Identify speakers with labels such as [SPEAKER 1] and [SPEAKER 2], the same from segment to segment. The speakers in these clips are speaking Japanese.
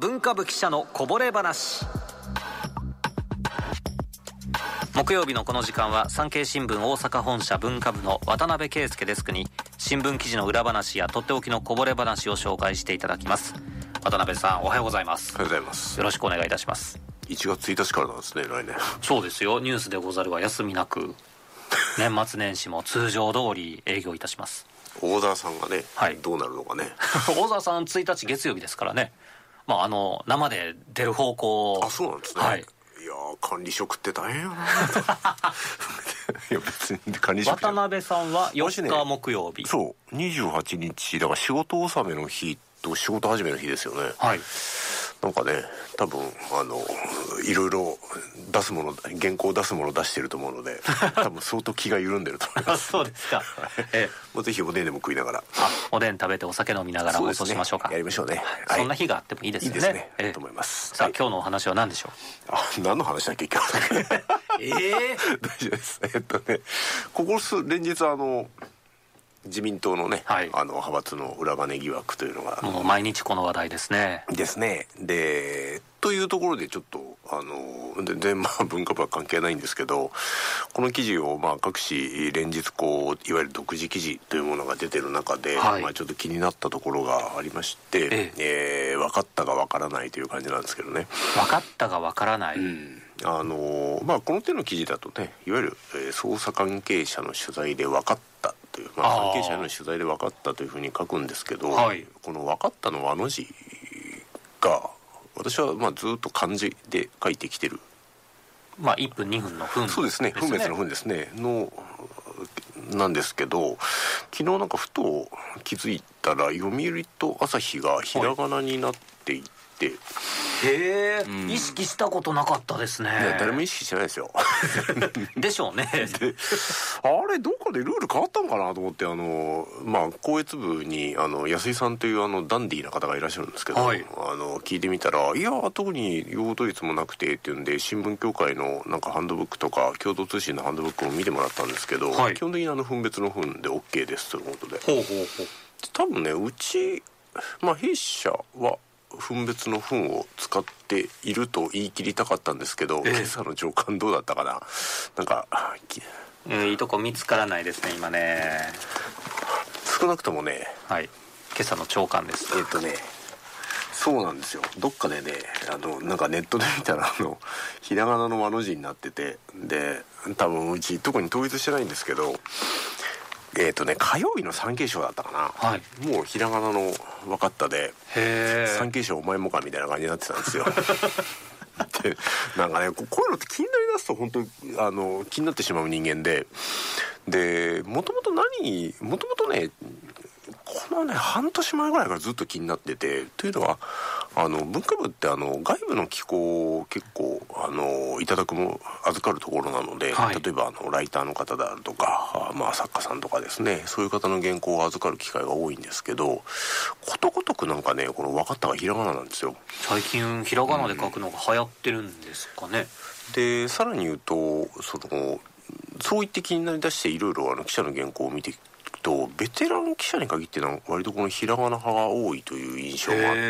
[SPEAKER 1] 文化部記者のこぼれ話。木曜日のこの時間は産経新聞大阪本社文化部の渡辺圭介デスクに新聞記事の裏話やとっておきのこぼれ話を紹介していただきます。渡辺さん、おはようございます。
[SPEAKER 2] おはようございます。
[SPEAKER 1] よろしくお願いいたします。
[SPEAKER 2] 1月1日からなんですね、来年。
[SPEAKER 1] そうですよ、ニュースでござるは休みなく年末年始も通常通り営業いたします。
[SPEAKER 2] 大沢さんがね、
[SPEAKER 1] はい、
[SPEAKER 2] どうなるのかね
[SPEAKER 1] 大沢さん1日月曜日ですからね、生で出る方向。
[SPEAKER 2] あ、そうなんですね。はい、いや管理職って大変やないや別に管理職
[SPEAKER 1] 渡辺さんは4日木曜日、
[SPEAKER 2] そう28日だから仕事納めの日と仕事始めの日ですよね。
[SPEAKER 1] はい。
[SPEAKER 2] なんかね、多分いろいろ出すもの、原稿を出すものを出してると思うので多分相当気が緩んでると思います。
[SPEAKER 1] そうですか。
[SPEAKER 2] もうぜひおでんでも食いながら、
[SPEAKER 1] おでん食べてお酒飲みながら放送しましょうか。
[SPEAKER 2] やりましょうね。
[SPEAKER 1] はい、そんな日があってもいいですよね。いいですね、
[SPEAKER 2] と思います。
[SPEAKER 1] さあ、今日のお話は何でしょう。
[SPEAKER 2] 何の話だっけ今日大丈夫です。ここ連日自民党のね、はい、派閥の裏金疑惑というのが
[SPEAKER 1] もう毎日この話題ですね。
[SPEAKER 2] でというところでちょっと全然文化部は関係ないんですけど、この記事を各紙連日いわゆる独自記事というものが出てる中で、はい、ちょっと気になったところがありまして、分かったが分からないという感じなんですけどね。
[SPEAKER 1] 分かったが分からない、
[SPEAKER 2] この手の記事だとね、いわゆる、捜査関係者の取材で分かったという、関係者の取材で分かったというふうに書くんですけど、はい、この分かったの字が私はずっと漢字で書いてきてる、
[SPEAKER 1] 1分2分の分、
[SPEAKER 2] そうですね、分別の分ですねなんですけど、昨日なんかふと気づいたら読売と朝日がひらがなになっていて、
[SPEAKER 1] へえ、意識したことなかったですね。
[SPEAKER 2] 誰も意識してないですよ
[SPEAKER 1] でしょうね。
[SPEAKER 2] で、あれどっかでルール変わったのかなと思って、校閲部に安井さんというダンディーな方がいらっしゃるんですけど、はい、聞いてみたら、いや特に用語統一もなくてっていうんで、新聞協会のなんかハンドブックとか共同通信のハンドブックを見てもらったんですけど、はい、基本的に分別の分で OK ですということで、多分ね、うち弊社は分別の分を使っていると言い切りたかったんですけど、今朝の朝刊どうだったかな。なんか
[SPEAKER 1] いいとこ見つからないですね今ね。
[SPEAKER 2] 少なくともね、
[SPEAKER 1] はい、今朝の朝刊です。
[SPEAKER 2] そうなんですよ。どっかでね、なんかネットで見たらひらがなの字になってて、で多分うち特に統一してないんですけど、火曜日の産経省だったかな、はい、もうひらがなの分かったで、産経省お前もかみたいな感じになってたんですよでなんかね、こういうのって気になりだすと本当に気になってしまう人間で、もともとね、このね半年前ぐらいからずっと気になってて、というのは文化部って外部の機構を結構いただくも預かるところなので、はい、例えばライターの方であるとか、作家さんとかですね、そういう方の原稿を預かる機会が多いんですけど、ことごとくなんかね、この分かったがひらがななんですよ。
[SPEAKER 1] 最近ひらがなで書くのが流行ってるんですかね。
[SPEAKER 2] でさらに言うとそう言って気になりだして、いろいろ記者の原稿を見ていくと、ベテラン記者に限って割とこのひらがな派が多いという印象があって、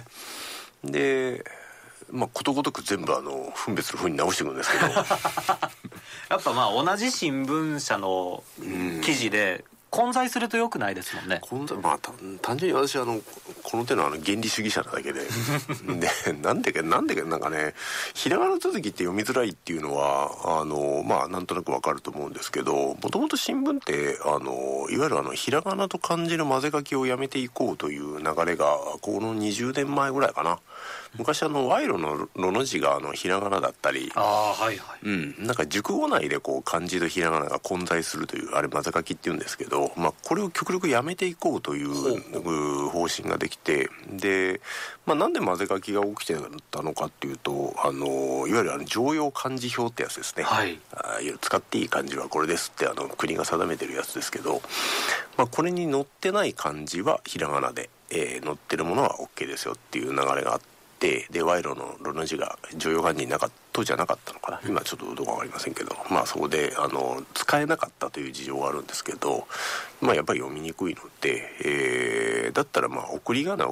[SPEAKER 2] でことごとく全部分別の分に直していくんですけどや
[SPEAKER 1] っぱ同じ新聞社の記事で混在すると良くないですもんね。
[SPEAKER 2] 単純に私はこの手の原理主義者なだけででなんでなんかね、ひらがな続きって読みづらいっていうのはなんとなくわかると思うんですけど、もともと新聞っていわゆるひらがなと漢字の混ぜ書きをやめていこうという流れがこの20年前ぐらいかな。昔賄賂のロの字がひらがなだったり、
[SPEAKER 1] はいはい、
[SPEAKER 2] なんか熟語内で漢字とひらがなが混在するという、あれ混ぜ書きっていうんですけど、これを極力やめていこうという方針ができて、で、なんで混ぜ書きが起きてたのかっていうと、いわゆる常用漢字表ってやつですね、はい、使っていい漢字はこれですって国が定めてるやつですけど、これに載ってない漢字はひらがなで、載ってるものは OK ですよっていう流れがあって、で賄賂のロの字が常用漢字に当時はなかったのかな、今ちょっとどうか分かりませんけど、そこで使えなかったという事情があるんですけど、やっぱり読みにくいので、だったら送り仮名を振っ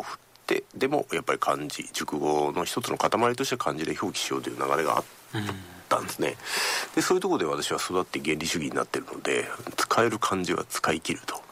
[SPEAKER 2] て、でもやっぱり漢字熟語の一つの塊として漢字で表記しようという流れがあったんですね。でそういうところで私は育って原理主義になってるので、使える漢字は使い切ると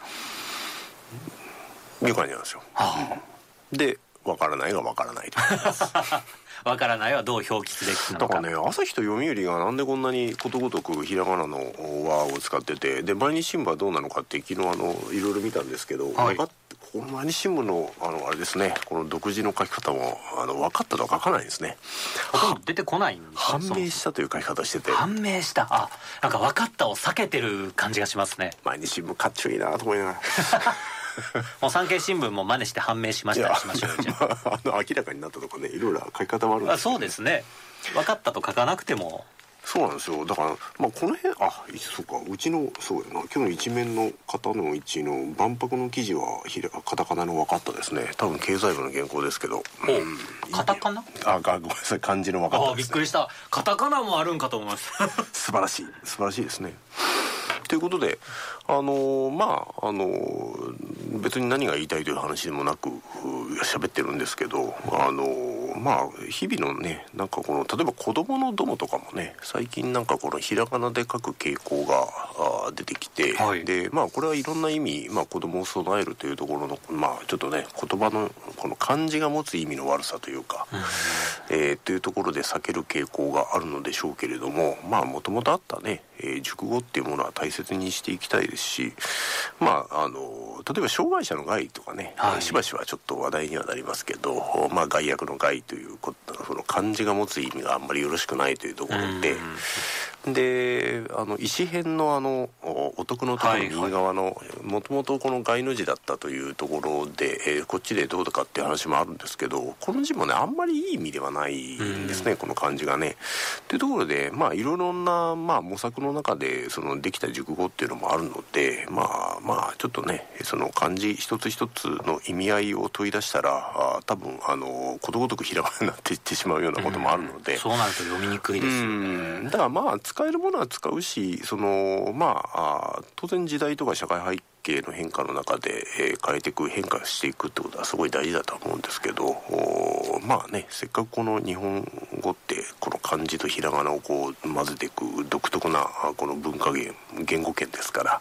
[SPEAKER 2] いう感じなんですよ。でわからないがわからないと思います
[SPEAKER 1] わからないはどう表記すべきなのか。
[SPEAKER 2] だからね、朝日と読売がなんでこんなにことごとくひらがなの和を使ってて、で毎日新聞はどうなのかって昨日いろいろ見たんですけど、この毎日新聞のあれですね、この独自の書き方も分かったとは書かないんですね。
[SPEAKER 1] ほとんど出てこないんですか。
[SPEAKER 2] 判明したという書き方してて、
[SPEAKER 1] 判明した、なんか分かったを避けてる感じがしますね。
[SPEAKER 2] 毎日新聞かっちょいいなと思いながら
[SPEAKER 1] もう産経新聞も真似して判明しましたりしましょうよ。じゃあ、
[SPEAKER 2] 明らかになったとかね、いろいろ書き方もあるんですけど、
[SPEAKER 1] そうですね、分かったと書かなくても。
[SPEAKER 2] そうなんですよ。だからこの辺そうか、うちのそうやな、今日の一面の方のうちの万博の記事はカタカナの分かったですね。多分経済部の原稿ですけど、
[SPEAKER 1] カタカナ？
[SPEAKER 2] ごめんなさい、漢字の分かったですね。
[SPEAKER 1] びっくりした。カタカナもあるんかと思いました
[SPEAKER 2] 素晴らしいですね。ということで別に何が言いたいという話でもなく喋ってるんですけど、日々のね、なんか例えば子供のどもとかもね、最近なんかこのひらがなで書く傾向が出てきて、でこれはいろんな意味、子供を備えるというところのちょっとね、言葉のこの漢字が持つ意味の悪さというか、というところで避ける傾向があるのでしょうけれども、もともとあったね、熟語っていうものは大切にしていきたいですし、例えば障害者の害とかね、しばしばちょっと話題にはなりますけど、害悪の害というその漢字が持つ意味があんまりよろしくないというところで、石辺のお得のところ右側のもともとこの害の字だったというところで、こっちでどうだかっていう話もあるんですけど、この字もねあんまりいい意味ではないんですね、この漢字がね。というところでいろいろな模索の中でできた熟語っていうのもあるので、ちょっとね、その漢字一つ一つの意味合いを問い出したら多分ことごとくひらがなになっていってしまうようなこともあるので、
[SPEAKER 1] そうなると読みにくいですよね。
[SPEAKER 2] だから使えるものは使うし、当然時代とか社会背景の変化の中で、変化していくってことはすごい大事だと思うんですけど、せっかくこの日本語ってこの漢字とひらがなを混ぜていく独特なこの言語圏ですから、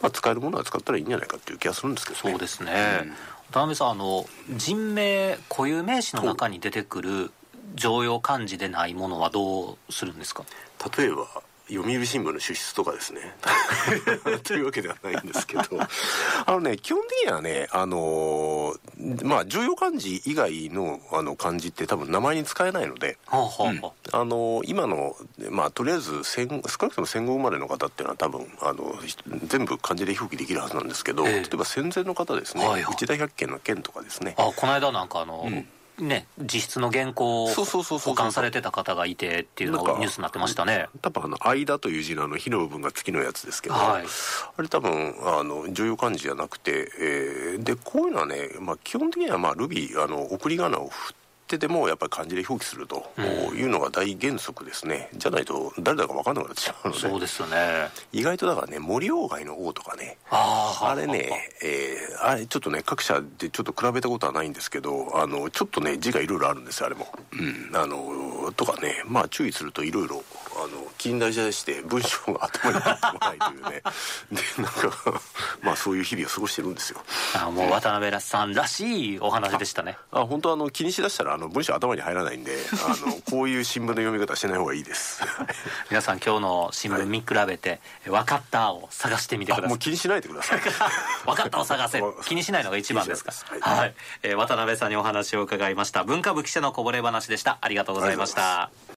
[SPEAKER 2] 使えるものは使ったらいいんじゃないかっていう気がするんですけどね。
[SPEAKER 1] そうですね。渡辺さん、人名固有名詞の中に出てくる常用漢字でないものはどうするんですか？
[SPEAKER 2] 例えば読売新聞の主筆とかですねというわけではないんですけど基本的にはね、常用漢字以外の漢字って多分名前に使えないので、今のとりあえず少なくとも戦後生まれの方っていうのは多分全部漢字で表記できるはずなんですけど、例えば戦前の方ですね、内田百軒の軒とかですね、
[SPEAKER 1] この間なんか自筆の原稿を保管されてた方がいてっていうのがニュースになってましたね。
[SPEAKER 2] 多分間という字の火の部分が月のやつですけど、あれ多分常用漢字じゃなくて、でこういうのはね、基本的にはルビー送り仮名を振ってでもやっぱり漢字で表記するというのが大原則ですね。じゃないと誰だか分かんなくなってしまうので。
[SPEAKER 1] そうですよね。
[SPEAKER 2] 意外とだからね、森鴎外の王とかね、あれね、あれちょっとね、各社でちょっと比べたことはないんですけど、ちょっとね字がいろいろあるんですよ、あれも。とかね、注意するといろいろ近代化して文章が頭に入ってこないというねでなんかそういう日々を過ごしてるんですよ。
[SPEAKER 1] もう渡辺さんらしいお話でしたね。
[SPEAKER 2] 本当気にしだしたら文章頭に入らないんでこういう新聞の読み方しない方がいいです
[SPEAKER 1] 皆さん今日の新聞見比べて、分かったを探してみてください。
[SPEAKER 2] もう気にしないでください
[SPEAKER 1] 分かったを探せ気にしないのが一番ですから。渡辺さんにお話を伺いました。文化部記者のこぼれ話でした。ありがとうございました。